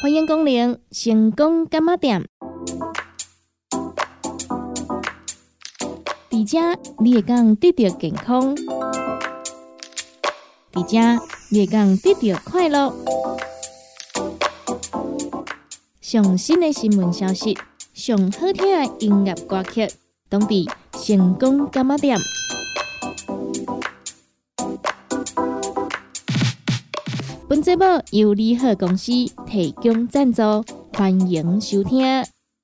欢迎光临成功柑仔店。伫遮你会讲得到健康，伫遮你会讲得到快乐。上新的新闻消息，上好听的音乐歌曲，拢伫成功柑仔店。本节目由利好公司提供赞助，欢迎收听。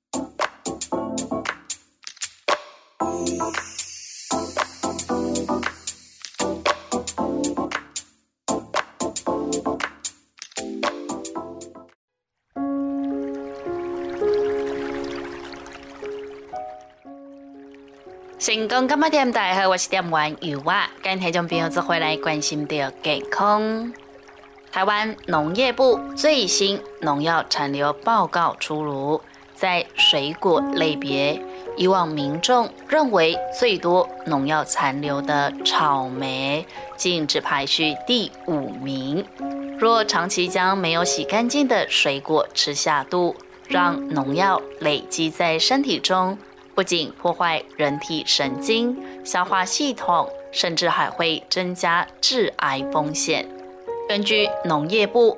成功柑仔店，大家好，我是店员尤娃，跟听众朋友做回来关心到健康。台湾农业部最新农药残留报告出炉，在水果类别，以往民众认为最多农药残留的草莓，竟只排序第5名。若长期将没有洗干净的水果吃下肚，让农药累积在身体中，不仅破坏人体神经、消化系统，甚至还会增加致癌风险。根据农业部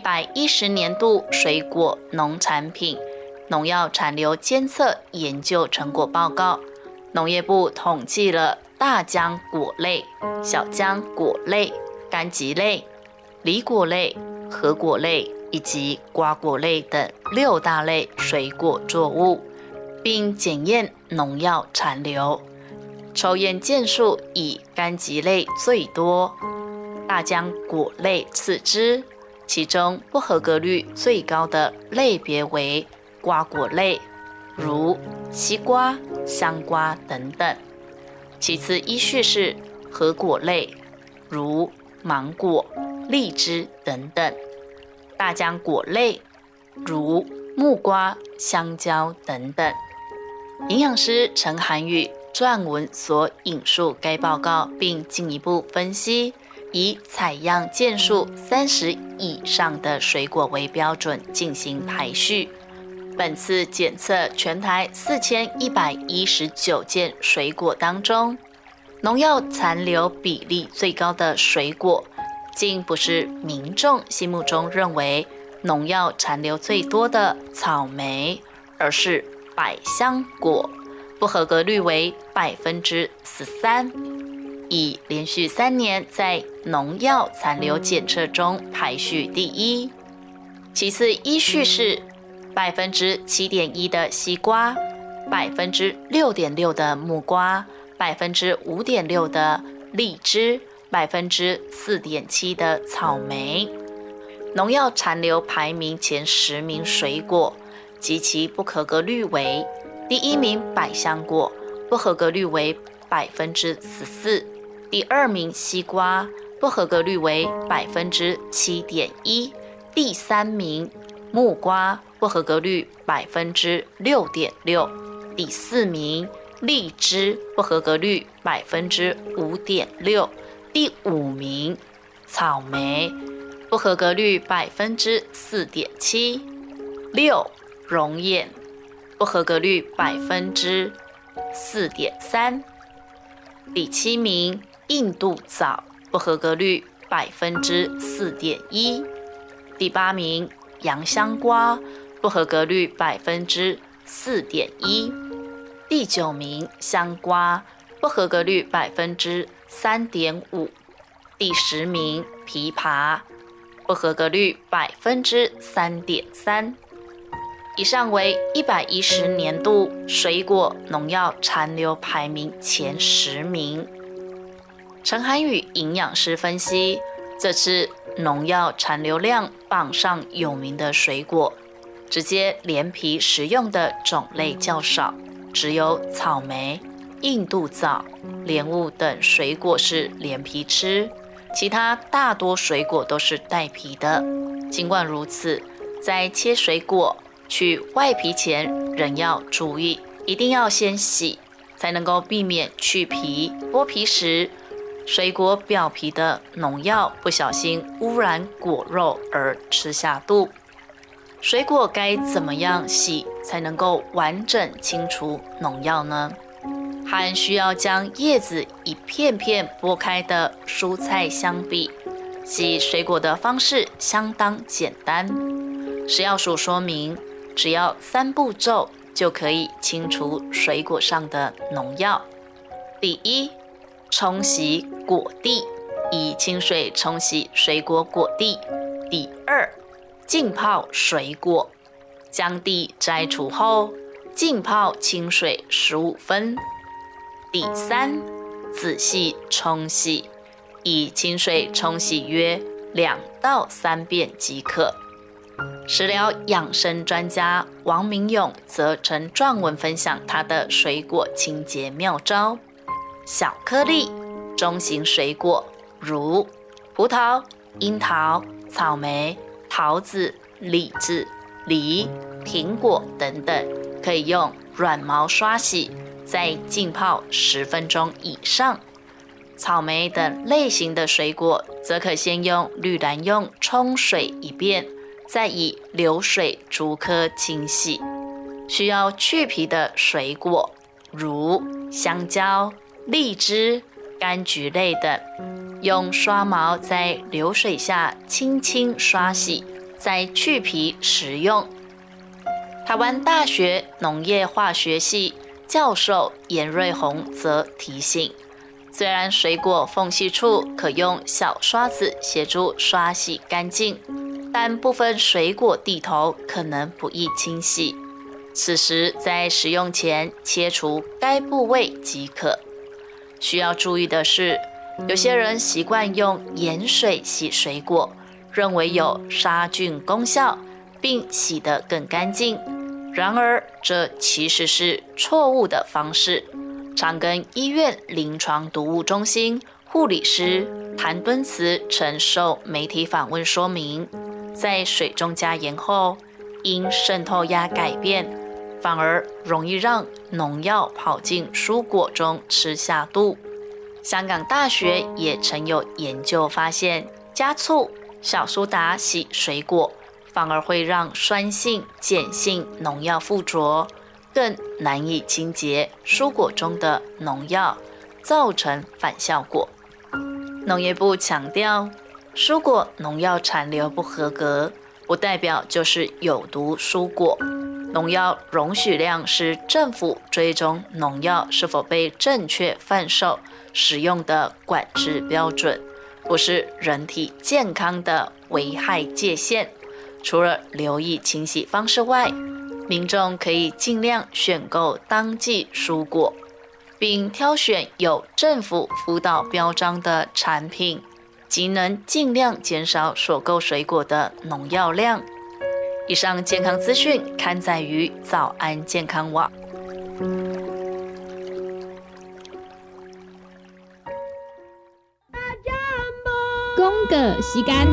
110年度水果农产品农药残留监测研究成果报告，农业部统计了大浆果类、小浆果类、柑橘类、梨果类、核果类以及瓜果类等6大类水果作物，并检验农药残留。抽验件数以柑橘类最多，大浆果类次之，其中不合格率最高的类别为瓜果类，如西瓜、香瓜等等。其次依序是核果类，如芒果、荔枝等等；大浆果类，如木瓜、香蕉等等。营养师陈涵宇撰文所引述该报告，并进一步分析，以采样件数30以上的水果为标准进行排序。本次检测全台4119件水果当中，农药残留比例最高的水果，竟不是民众心目中认为农药残留最多的草莓，而是百香果，不合格率为13%，已连续3年在农药残留检测中排序第1。其次依序是7.1%的西瓜、6.6%的木瓜、5.6%的荔枝、4.7%的草莓。农药残留排名前10名水果及其不合格率为：第1名百香果，不合格率为14%；第2名西瓜，不合格率为7.1%；第3名木瓜，不合格率6.6%；第4名荔枝，不合格率5.6%；第5名草莓，不合格率4.7%；6龙眼，不合格率4.3%；第7名印度枣，不合格率4.1%；第8名洋香瓜，不合格率4.1%；第9名香瓜，不合格率3.5%；第10名枇杷，不合格率3.3%。以上为110年度水果农药残留排名前10名。陈涵宇营养师分析，这次农药残留量榜上有名的水果，直接连皮食用的种类较少，只有草莓、印度枣、莲雾等水果是连皮吃，其他大多水果都是带皮的。尽管如此，在切水果去外皮前，仍要注意，一定要先洗，才能够避免去皮、剥皮时，水果表皮的农药不小心污染果肉而吃下肚。 水果该怎么样洗才能够完整清除农药呢？和需要将叶子一片片剥开的蔬菜相比，洗水果的方式相当简单。食药署说明，只要3步骤就可以清除水果上的农药。第一，冲洗果蒂，以清水冲洗水果果蒂。第二，浸泡水果，将蒂摘除后浸泡清水15分。第三，仔细冲洗，以清水冲洗约2到3遍即可。食疗养生专家王明勇则曾撰文分享他的水果清洁妙招。小颗粒中型水果如葡萄、樱桃、草莓、桃子、李子、梨、苹果等等，可以用软毛刷洗，再浸泡10分钟以上。草莓等类型的水果则可先用绿兰用冲水一遍，再以流水逐颗清洗。需要去皮的水果如香蕉、荔枝、柑橘类等，用刷毛在流水下轻轻刷洗，再去皮食用。台湾大学农业化学系教授严瑞宏则提醒，虽然水果缝隙处可用小刷子协助刷洗干净，但部分水果蒂头可能不易清洗，此时在食用前切除该部位即可。需要注意的是，有些人习惯用盐水洗水果，认为有杀菌功效，并洗得更干净。然而，这其实是错误的方式。长庚医院临床毒物中心护理师谭敦慈曾受媒体访问说明，在水中加盐后，因渗透压改变，反而容易让农药跑进蔬果中吃下肚。香港大学也曾有研究发现，加醋、小苏打洗水果，反而会让酸性、碱性农药附着，更难以清洁蔬果中的农药，造成反效果。农业部强调，蔬果农药残留不合格，不代表就是有毒蔬果。农药容许量是政府追踪农药是否被正确贩售使用的管制标准，不是人体健康的危害界限。除了留意清洗方式外，民众可以尽量选购当季蔬果，并挑选有政府辅导标章的产品，即能尽量减少所购水果的农药量。以上健康资讯刊载于早安健康网。 广告时间。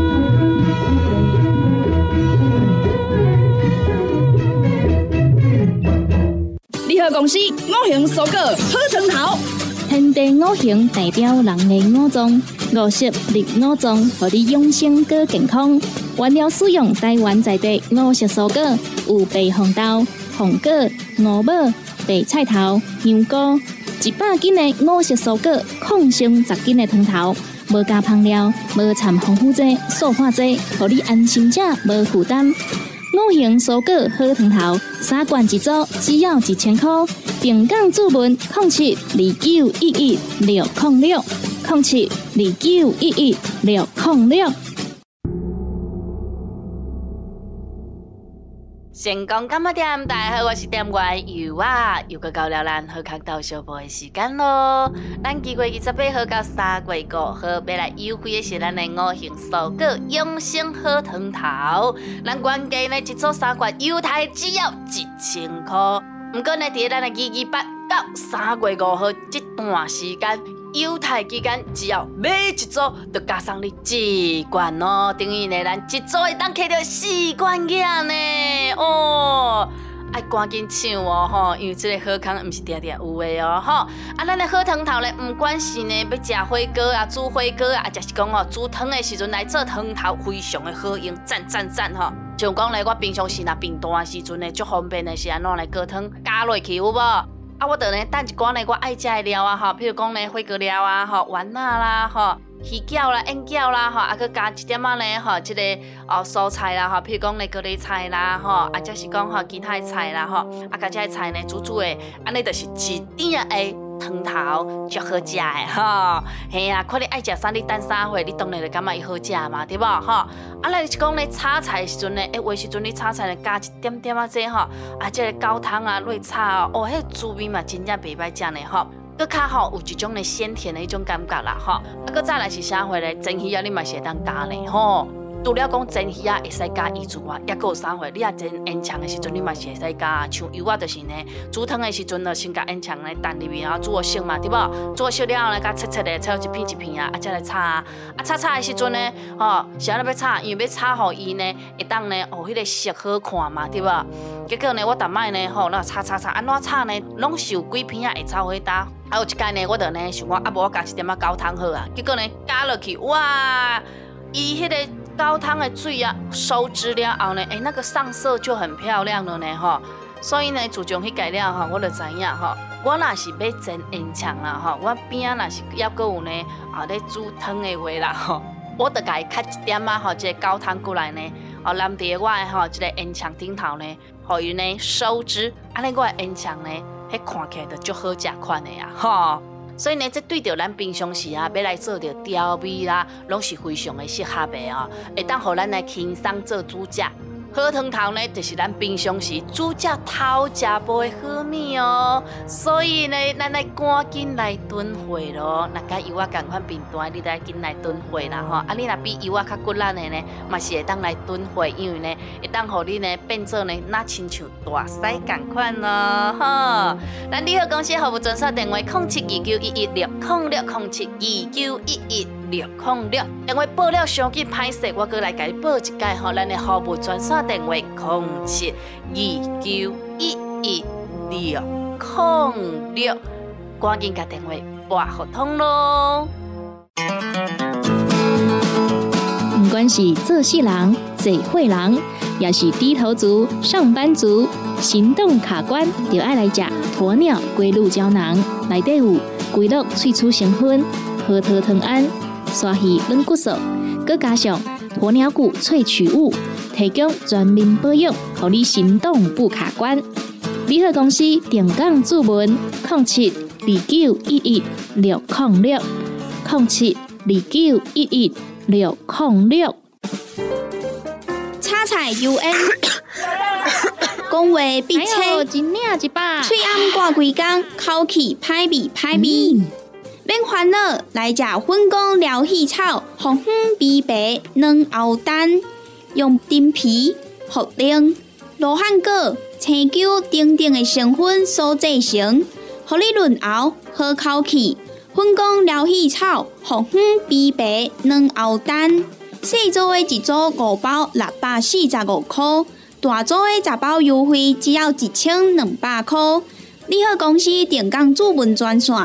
联合公司五行蔬果好汤头， 天地五行代表人的五脏，50日五脏，让你养生更健康。原料使用台湾在地5色蔬果，有白红豆、红果、五宝、白菜头、香菇，100斤的5色蔬果，抗性10斤的汤头，无加香料，无掺防腐剂、塑化剂，让你安心吃，无负担。五行蔬果好汤头，3罐一组，只要1000块。平港注文0729116006，0729116006。 成功干嘛店？大家好，我是店员尤啊，又到了咱好康到小报的时间咯。咱2月28号到3月5號要來優惠的是咱的5行蔬果養生好湯頭。咱原價呢一組3罐猶太只要1000塊，不過呢喺咱的228到3月5號這段時間。猶太期間，只要買一組，就加上你1罐哦，等於呢，咱一組會當摕到4罐嘢呢哦，愛趕緊搶哦吼，因為這個好康唔是定定有的哦吼。啊，咱的好湯頭呢，唔管是呢要食火鍋啊、煮火鍋啊，就是講哦煮湯的時陣來做湯頭，非常的好用，讚讚讚吼。 像讲咧，我平常时若病大时阵咧，足方便的是安怎咧？高汤加落去有无？啊，我就咧等一寡咧我爱食的料啊，吼，譬如讲咧火锅料啊，吼，丸仔啦，吼。鱼饺啦、烟饺啦，吼，啊，佮加一点仔咧，吼，即个蔬菜啦，吼，譬如讲咧高丽菜啦，吼，啊，则是讲吼其他的菜啦，吼，啊，甲这个菜呢煮的，安尼就是一鼎的汤头，足好食的，吼，嘿啊，看你爱食啥，你等啥货，你当然就感觉伊好食嘛，对无，吼，啊，来是讲咧炒菜的时阵咧，话时阵你炒菜咧加一点点仔这吼，啊，这个高汤啊落炒哦，迄滋味嘛真正袂歹食呢，吼。佮较吼有一种咧鲜甜的一种感觉啦，吼，啊，佮再来是啥货咧？蒸鱼啊，你嘛是会当加呢，吼。除了讲蒸鱼啊会使加鱼之外，抑佮有啥货？你啊蒸烟肠的时阵，你嘛是会使加，像油啊，就是呢，煮汤的时阵呢，先加烟肠咧蛋入面，然后煮好熟嘛，对无？煮好熟了后呢，甲切切咧，切一片一片啊，啊，再来炒啊。啊，炒的时阵呢，吼，是安尼要炒，因为要炒互伊呢，会当呢，迄个色好看嘛，对无？结果呢，我逐摆呢，吼，那炒，安怎炒呢？拢是有几片啊会炒伙搭。还有一摆呢，我就呢想讲，无我加一点仔高汤好啊。结果呢，加落去，哇，伊迄个高汤的水啊，收汁了后呢，那个上色就很漂亮了呢，吼。所以呢，自从迄改了吼，我就知影吼，我若是要蒸烟肠啦，吼，我边仔若是抑阁有呢，咧煮汤的话啦，吼，我就家较一点仔吼，这个高汤过来呢，淋伫我的吼，这个烟肠顶头呢，互伊呢收汁，安尼我的烟肠呢。迄看起来就足好食款的啊，吼！所以呢，这对着咱平常时啊，要来做着调味啦，拢是非常的适合的哦，会当互咱来轻松做煮食。好汤头呢，就是咱平常时煮食头食步的好物哦。所以呢，咱来赶紧来炖货咯。若甲油啊共款平淡，你来紧来炖货啦吼。啊，你若比油啊较骨力的呢，嘛是会当来炖货，因为呢，会当互你呢变做呢，那亲像大师共款咯吼。咱利好公司服务专线电话072911600729116006。电话报了伤紧歹势，我搁来甲你报一解吼，咱的服务专线电话0729116006，赶紧甲电话拨互通咯。 不管是做事人、做伙人，也是低头族、上班族，行动卡关，就爱来食鸵鸟龟鹿胶囊，内底有龟鹿萃取成分、核桃藤胺、鲨鱼软骨素，佮加上鸵鸟骨萃取物，提供全面保养，让你行动不卡关。利好公司定岗注文0729116006，0729116006。 炒菜 UN， 讲话必切，嘴暗挂规工，口气歹味。免烦恼，来食粉公疗气草，红粉枇杷软藕蛋，用陈皮、茯苓、罗汉果、青椒等等的成分所制成，让你润喉好口气。粉公疗气草，红粉枇杷软藕蛋，细组的一组5包645块，大组的10包优惠只要1200块。利好公司定岗主文专线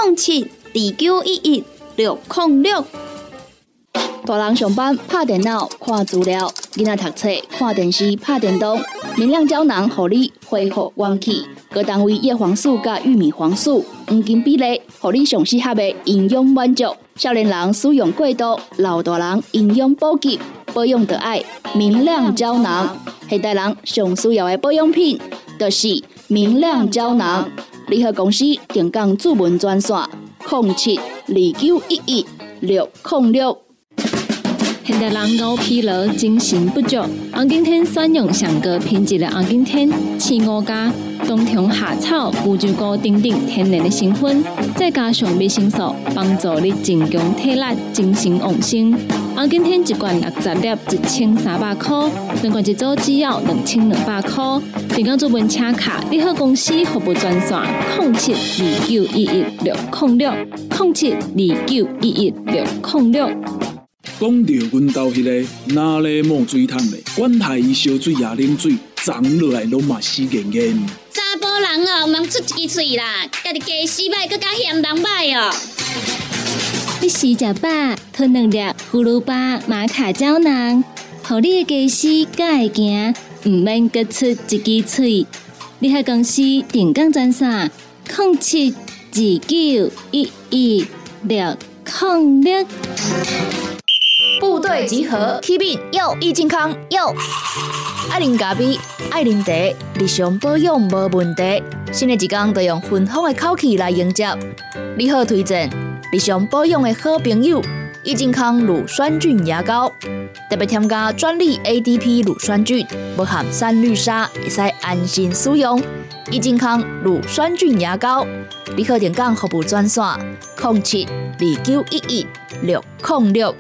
0729116006。 大人上班拍电脑看资料，囡仔读册看电视拍电动，明亮胶囊予你恢复元气。各单位叶黄素甲玉米黄素黄金比例，予你上适合的营养满足。少年人使用过度，老大人营养补给，保养就爱明亮胶囊。现代人上需要的保养品，就是明亮胶囊。利好公司定岗主文专线0729116006。 现代人熬疲劳、精神不足，红景天选用上高品质的红景天刺5加冬虫夏草、乌鸡菇等等天然的成分，再加上维生素，帮助你增强体力、精神旺盛。红景天一罐60粒1300块，2罐一组只要2200块。定岗主文车卡，利好公司服务专线0729116006，0729116006。 讲到阮兜迄个哪里冒水桶的，管他伊烧水也啉水，长落来拢嘛死严严。 查甫人哦，毋通出一支嘴啦，家己家洗歹，搁加嫌人歹哦。 你时食饱，吞2粒葫芦巴玛卡胶囊， 互你的家私才会行，毋免各出一支嘴。联合公司定岗专线0729116006。 部队集合，起面有益健康有。爱啉咖啡，爱啉茶，日常保养无问题。新的一天就用芬芳的口气来迎接。你好推荐日常保养的好朋友益健康乳酸菌牙膏，特别添加专利 ADP 乳酸菌，不含三氯沙，会使安心使用。益健康乳酸菌牙膏，你好电讲服务专线0729116006。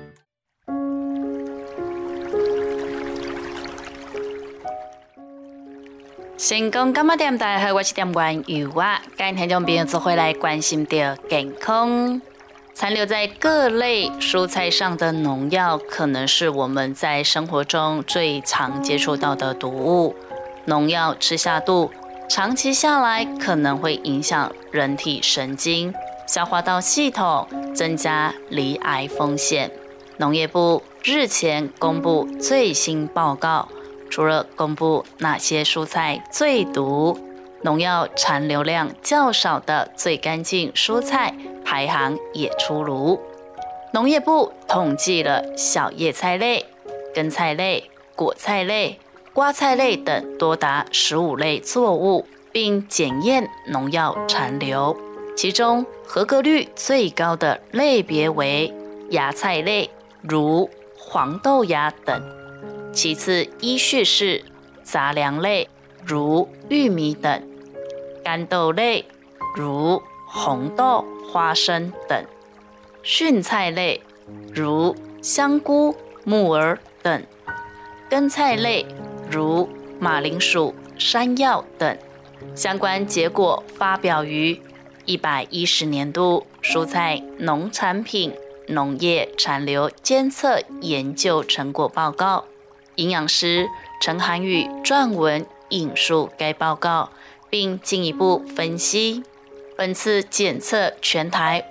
成功干嘛点大家好，我是店员余娃，今天听众朋友做回来关心的健康。残留在各类蔬菜上的农药，可能是我们在生活中最常接触到的毒物。农药吃下肚，长期下来可能会影响人体神经、消化道系统，增加罹癌风险。农业部日前公布最新报告，除了公布哪些蔬菜最毒、农药残留量较少的最干净蔬菜排行也出炉。农业部统计了小叶菜类、根菜类、果菜类、瓜菜类等多达15类作物，并检验农药残留。其中合格率最高的类别为芽菜类，如黄豆芽等。其次依序是杂粮类，如玉米等；干豆类，如红豆、花生等；蕈菜类，如香菇、木耳等；根菜类，如马铃薯、山药等。相关结果发表于110年度蔬菜农产品农业残留监测研究成果报告。营养师陈涵宇撰文引述该报告，并进一步分析，本次检测全台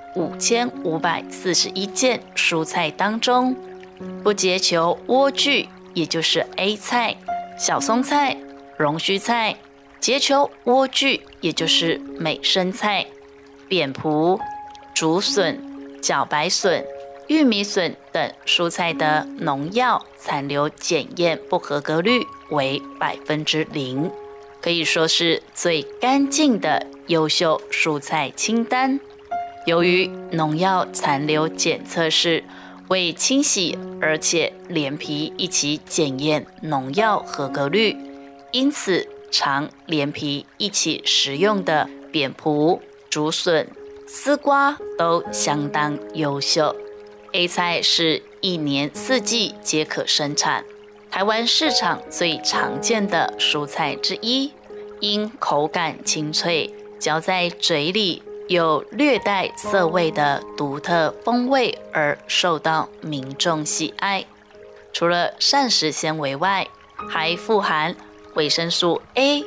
5541件蔬菜当中，不结球莴苣，也就是 A 菜、小松菜、龙须菜，结球莴苣，也就是美生菜、扁蒲、竹笋、茭白笋、玉米笋等蔬菜的农药残留检验不合格率为0%，可以说是最干净的优秀蔬菜清单。由于农药残留检测是未清洗，而且连皮一起检验农药合格率，因此常连皮一起食用的扁蒲、竹笋、丝瓜都相当优秀。A 菜是一年四季皆可生产，台湾市场最常见的蔬菜之一，因口感清脆，嚼在嘴里有略带涩味的独特风味而受到民众喜爱。除了膳食纤维外，还富含维生素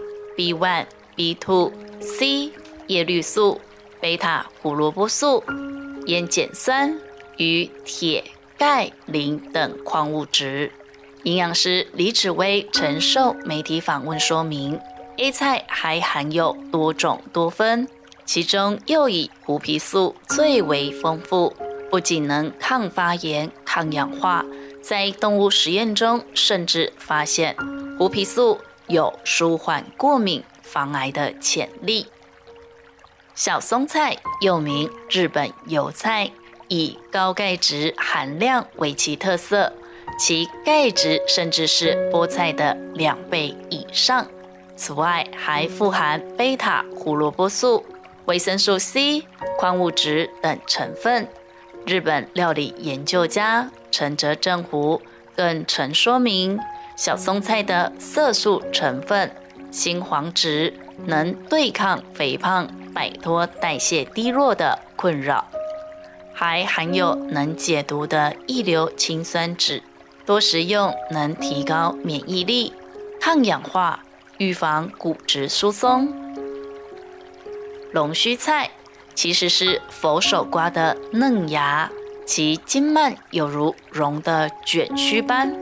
A、B1、B2、C、叶绿素、贝塔胡萝卜素、烟碱酸与铁、钙、磷等矿物质。营养师李芷薇曾受媒体访问说明， A 菜还含有多种多酚，其中又以胡皮素最为丰富，不仅能抗发炎、抗氧化，在动物实验中甚至发现胡皮素有舒缓过敏、防癌的潜力。小松菜又名日本油菜，以高钙质含量为其特色，其钙质甚至是菠菜的2倍以上。此外，还富含贝塔胡萝卜素、维生素 C、矿物质等成分。日本料理研究家陈哲正湖更曾说明，小松菜的色素成分新黄质能对抗肥胖，摆脱代谢低落的困扰。还含有能解毒的一硫氰酸酯，多食用能提高免疫力、抗氧化、预防骨质疏松。龙须菜其实是佛手瓜的嫩芽，其茎蔓有如绒的卷须般，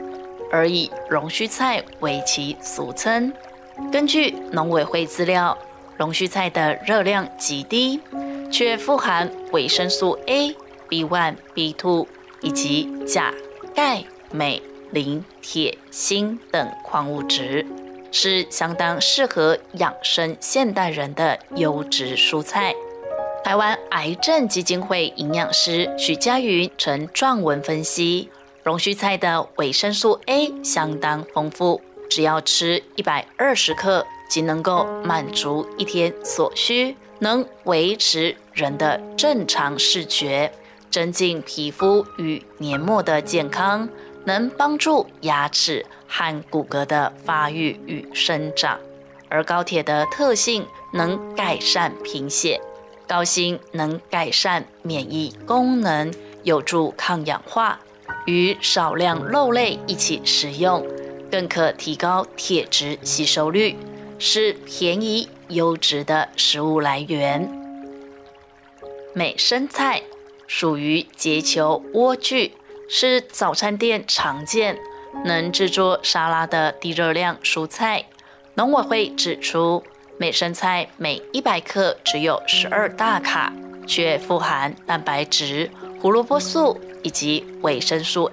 而以龙须菜为其俗称。根据农委会资料，龙须菜的热量极低，却富含维生素 A、B1、B2 以及钾、钙、镁、磷、铁、锌等矿物质，是相当适合养生现代人的优质蔬菜。台湾癌症基金会营养师许家云曾撰文分析，龙须菜的维生素 A 相当丰富，只要吃120克即能够满足一天所需，能维持人的正常视觉，增进皮肤与黏膜的健康，能帮助牙齿和骨骼的发育与生长。而高铁的特性能改善贫血，高锌能改善免疫功能，有助抗氧化，与少量肉类一起食用，更可提高铁质吸收率，是便宜优质的食物来源。美生菜属于结球莴苣，是早餐店常见能制作沙拉的低热量蔬菜。农委会指出，美生菜每100克只有12大卡，却富含蛋白质、胡萝卜素以及维生素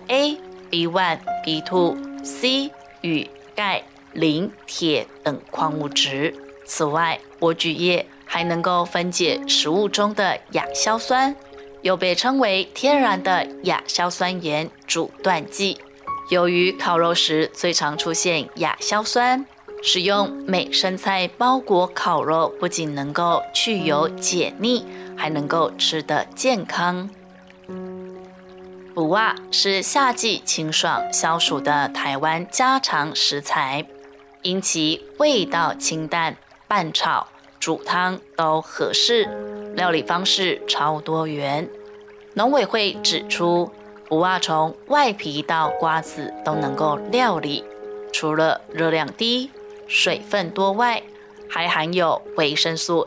A、B1、B2、C 与钙、磷、铁等矿物质。此外，莴苣叶还能够分解食物中的亚硝酸，又被称为天然的亚硝酸盐阻断剂。由于烤肉时最常出现亚硝酸，使用美生菜包裹烤肉，不仅能够去油解腻，还能够吃得健康。卜蛙是夏季清爽消暑的台湾家常食材，因其味道清淡，拌炒、煮汤都合适，料理方式超多元。农委会指出，卜蛙从外皮到瓜子都能够料理，除了热量低、水分多外，还含有维生素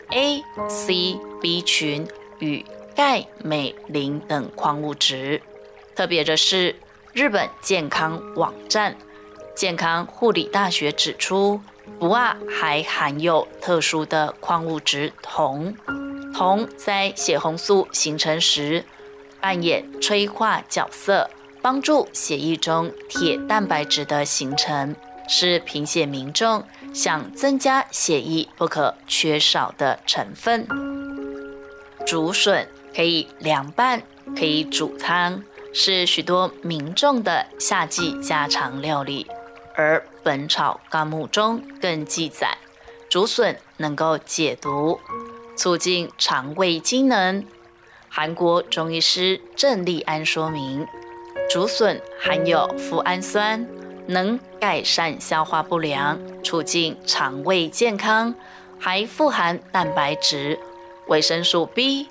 A、C、B 群与钙、镁、磷等矿物质。特别的是，日本健康网站健康护理大学指出，卜蛙还含有特殊的矿物质铜。铜在血红素形成时扮演催化角色，帮助血液中铁蛋白质的形成，是贫血民众想增加血液不可缺少的成分。竹笋可以凉拌，可以煮汤，是许多民众的夏季家常料理。而《本草纲目》中更记载，竹笋能够解毒，促进肠胃机能。韩国中医师郑立安说明，竹笋含有脯氨酸，能改善消化不良，促进肠胃健康，还富含蛋白质、维生素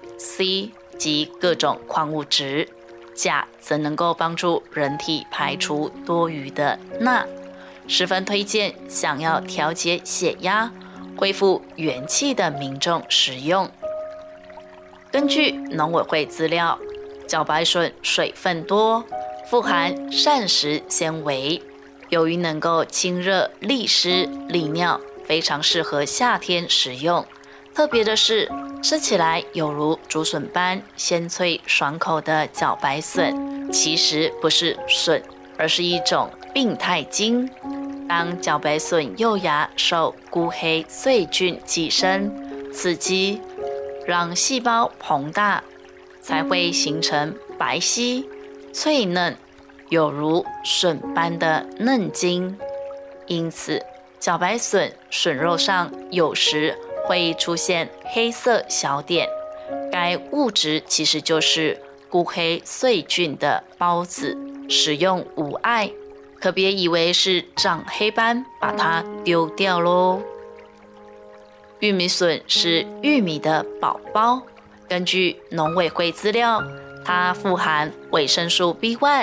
B、C 及各种矿物质。钾则能够帮助人体排除多余的钠，十分推荐想要调节血压、恢复元气的民众食用。根据农委会资料，茭白笋水分多，富含膳食纤维，由于能够清热利湿利尿，非常适合夏天食用。特别的是，吃起来有如竹笋般鲜脆爽口的茭白笋，其实不是笋，而是一种病态菌。当茭白笋幼芽受菇黑穗菌寄生刺激，让细胞膨大，才会形成白皙、脆嫩，有如笋般的嫩筋。因此，茭白笋笋肉上有时会出现黑色小点，该物质其实就是菇黑穗菌的孢子，食用无碍，可别以为是长黑斑，把它丢掉咯。玉米笋是玉米的宝宝，根据农委会资料，它富含维生素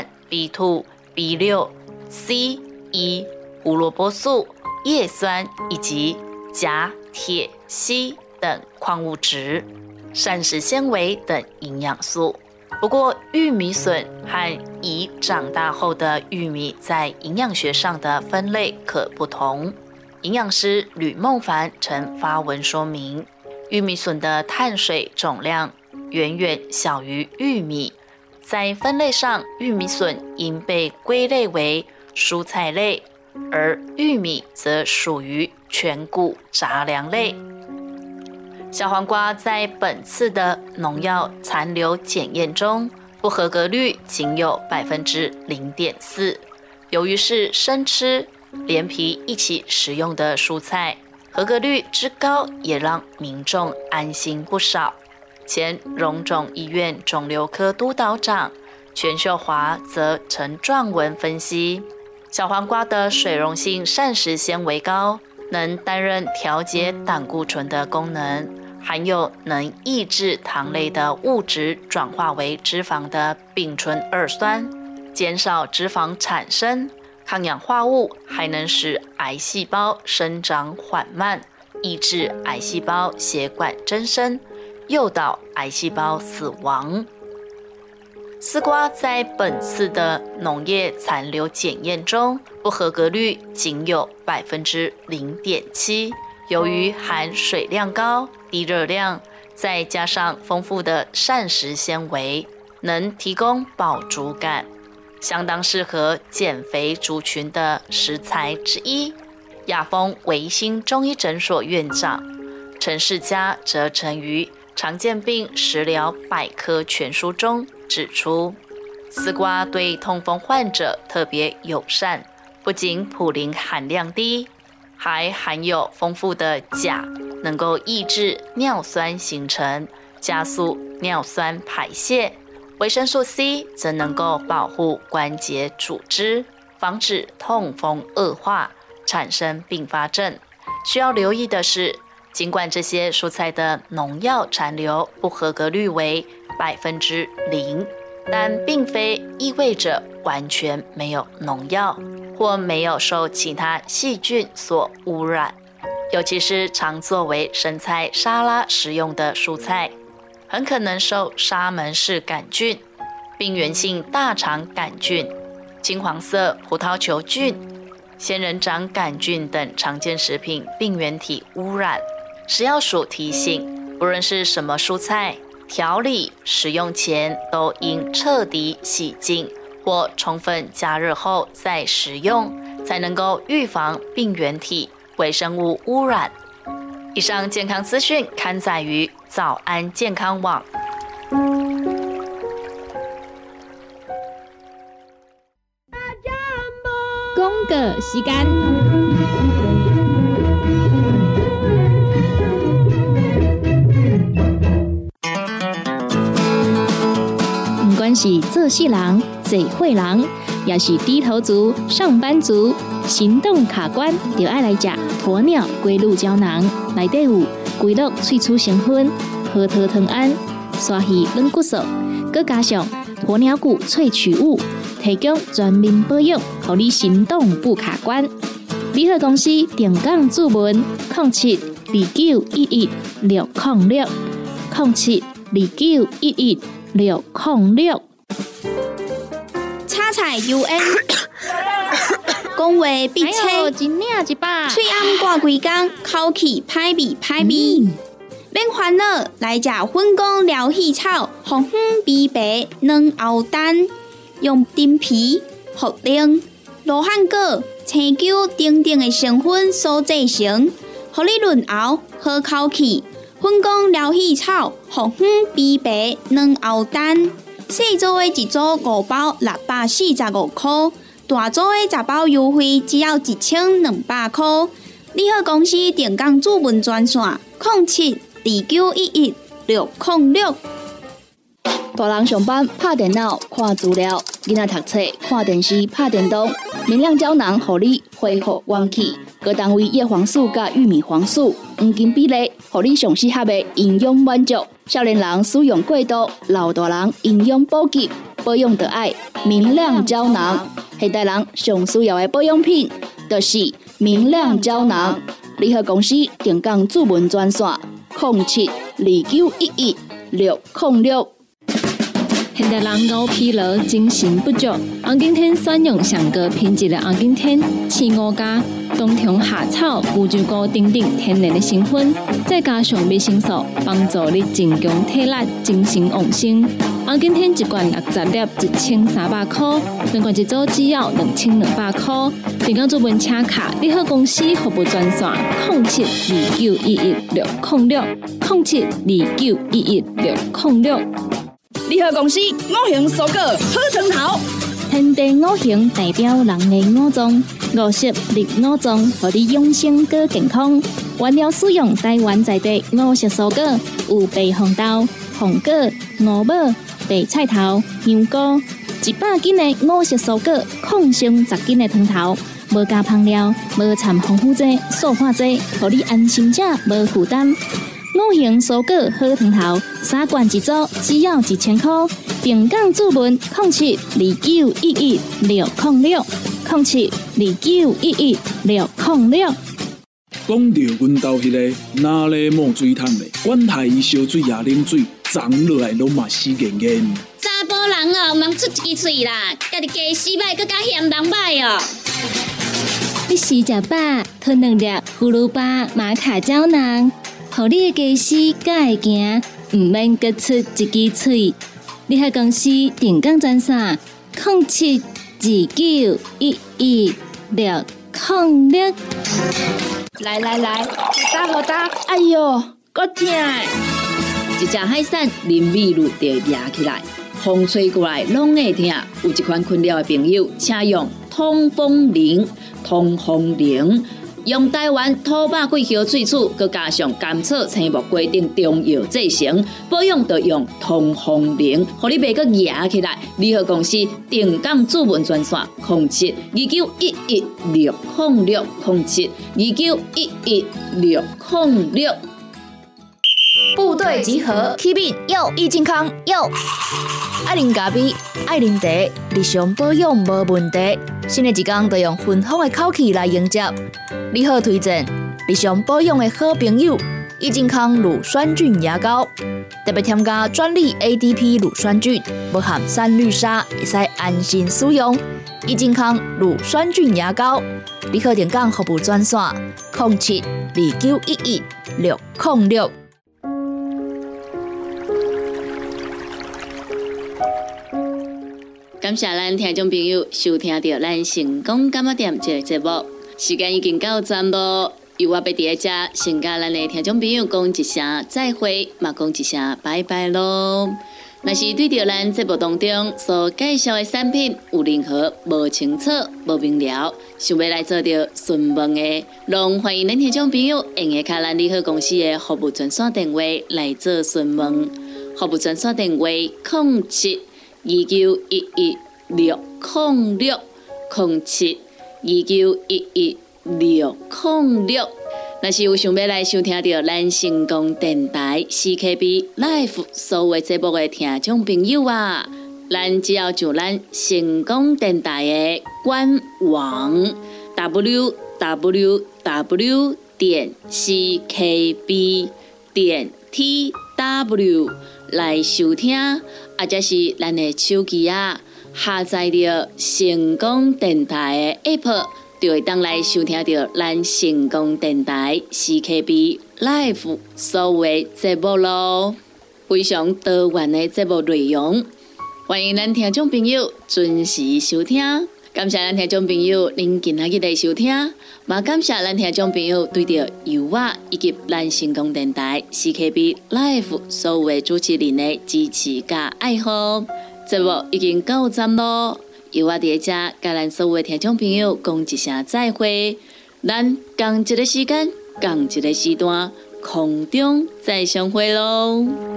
B1、B2、B6、C、E、胡萝卜素、叶酸以及钾、铁、硒等矿物质、膳食纤维等营养素。 不过，玉米笋和已长大后的玉米在营养学上的分类可不同。营养师吕孟凡曾发文说明，玉米笋的碳水总量远远小于玉米，在分类上，玉米笋应被归类为蔬菜类，而玉米则属于全谷杂粮类。小黄瓜在本次的农药残留检验中，不合格率仅有 0.4%。由于是生吃，连皮一起食用的蔬菜，合格率之高也让民众安心不少。前荣总医院肿瘤科督导长全秀华则曾撰文分析，小黄瓜的水溶性膳食纤维高，能担任调节胆固醇的功能，含有能抑制糖类的物质转化为脂肪的丙醇二酸，减少脂肪产生，抗氧化物还能使癌细胞生长缓慢，抑制癌细胞血管增生，诱导癌细胞死亡。丝瓜在本次的农业残留检验中，不合格率仅有 0.7%。由于含水量高、低热量，再加上丰富的膳食纤维，能提供饱足感，相当适合减肥族群的食材之一。亚丰维新中医诊所院长陈世佳则曾于《常见病食疗百科全书》中指出，丝瓜对痛风患者特别友善，不仅普林含量低，还含有丰富的钾，能够抑制尿酸形成，加速尿酸排泄。维生素 C 则能够保护关节组织，防止痛风恶化，产生并发症。需要留意的是，尽管这些蔬菜的农药残留不合格率为 0%，但并非意味着完全没有农药，或没有受其他细菌所污染。尤其是常作为生菜沙拉食用的蔬菜，很可能受沙门氏杆菌、病原性大肠杆菌、金黄色葡萄球菌、仙人掌杆菌等常见食品病原体污染。食药署提醒，不论是什么蔬菜，调理食用前都应彻底洗净或充分加热后再食用，才能够预防病原体、微生物污染。以上健康资讯刊载于早安健康网。 公个时间。不管是做事人、做伙人，也是低头族、上班族，行动卡关，就爱来吃鸵鸟龟鹿胶囊。内底有龟鹿萃取成分，核桃藤胺、鲨鱼软骨素，佮加上鸵鸟骨萃取物，提供全面保养，让你行动不卡关。联合公司定岗注文07291160060729116006。 叉菜 UN 讲话必切， 一领一把， 嘴暗挂规工，口气歹味。免烦恼，来食粉公疗气草，红粉枇杷软藕蛋，用丁皮、茯苓、罗汉果、青椒等等的成分所制成，互你润喉好口气。粉公疗气草，红粉枇杷软藕蛋，细组的一组5包645块，大组的10包优惠只要1200块。联合公司定岗主文专线0729116006。 大人上班拍电脑看资料，囡仔读册看电视拍电动，明亮胶囊互你恢复元气。各单位叶黄素甲玉米黄素黄金比例，互你上适合的营养满足。少年人使用过度，老大人营养补给，保养就爱明亮胶囊。现代人上需要的保养品，就是明亮胶囊。联合公司定岗主文专线0729116006。 现代人熬疲劳、精神不足，红景天选用上个品质的红景天青乌加冬虫夏草、乌鸡菇等等天然的成分，再加上维生素，帮助你增强体力、精神旺盛。红景天一罐60粒，1300块；两罐一组只要2200块。电工主文车卡，你好公司服务专线：07291160060729116006。 你好公司五行蔬果好汤头。 天地五行代表人的五脏，5色绿五脏，让你养生更健康。原料使用台湾在地5色蔬果，有白红豆、红果、五宝、白菜头、香菇，100斤的5色蔬果，抗性10斤的汤头。无加香料，无掺防腐剂、塑化剂，让你安心吃，无负担。五行蔬果好汤头，3罐一组，只要1000块。平港注文0729116006，0729116006。 讲到阮兜迄个哪里冒水桶的，管他伊烧水也冷水，长落来拢嘛死严严。 查甫人哦，莫出一支嘴啦，家己家洗歹，更加嫌人歹哦。 你食饱，吞2粒葫芦巴、马卡胶囊，互你的家洗才会行，唔免各出一支嘴。你喺公司电工专线0729116006。 来，好打，哎哟，够痛！一只海扇淋米露就压起来，风吹过来拢会痛。有一款困扰的朋友，请用通风铃。用台湾土白桂花萃取，佮加上甘草、青木规定中药制成，保养就用通风铃，互你袂佮压起来。联合公司定岗主文专线：07291160060729116006。 部队集合，起面有益健康有。爱啉咖啡，爱啉茶，日常保养无问题。新的一天就用芬芳的口气来迎接。你好推荐日常保养的好朋友益健康乳酸菌牙膏，特别添加专利 ADP 乳酸菌，不含3氯沙，会使安心使用。益健康乳酸菌牙膏，你好电讲服务专线0729116006。 感谢咱听众朋友收听到咱成功干妈店这个节目，时间已经到站咯。由我要伫遮先甲咱的听众朋友讲一声再会，嘛讲一声拜拜咯。若是对着咱节目当中所介绍的产品有任何无清楚、无明了，想要来做着询问的，拢欢迎咱听众朋友用下咱利好公司的服务专线电话来做询问。服务专线电话07291160060729116006。若是有想要来收听到咱成功电台 CKB Life 所有节目的听众朋友啊，咱只要上咱成功电台的官网 www.ckb.tw 来收听，或者是咱的手机下载着成功电台的 App， 就会当来收听到咱成功电台 CKB Live 所有的节目咯，非常多元的节目内容，欢迎咱听众朋友准时收听。感谢咱听众朋友您今仔日的收听，嘛感谢咱听众朋友对着由我以及咱成功电台 CKB Live 所有的主持人的支持甲爱护。节目已经到站咯，由我伫遮甲咱所有的听众朋友讲一声再会，咱同一个时间，同一个时段，空中再相会咯。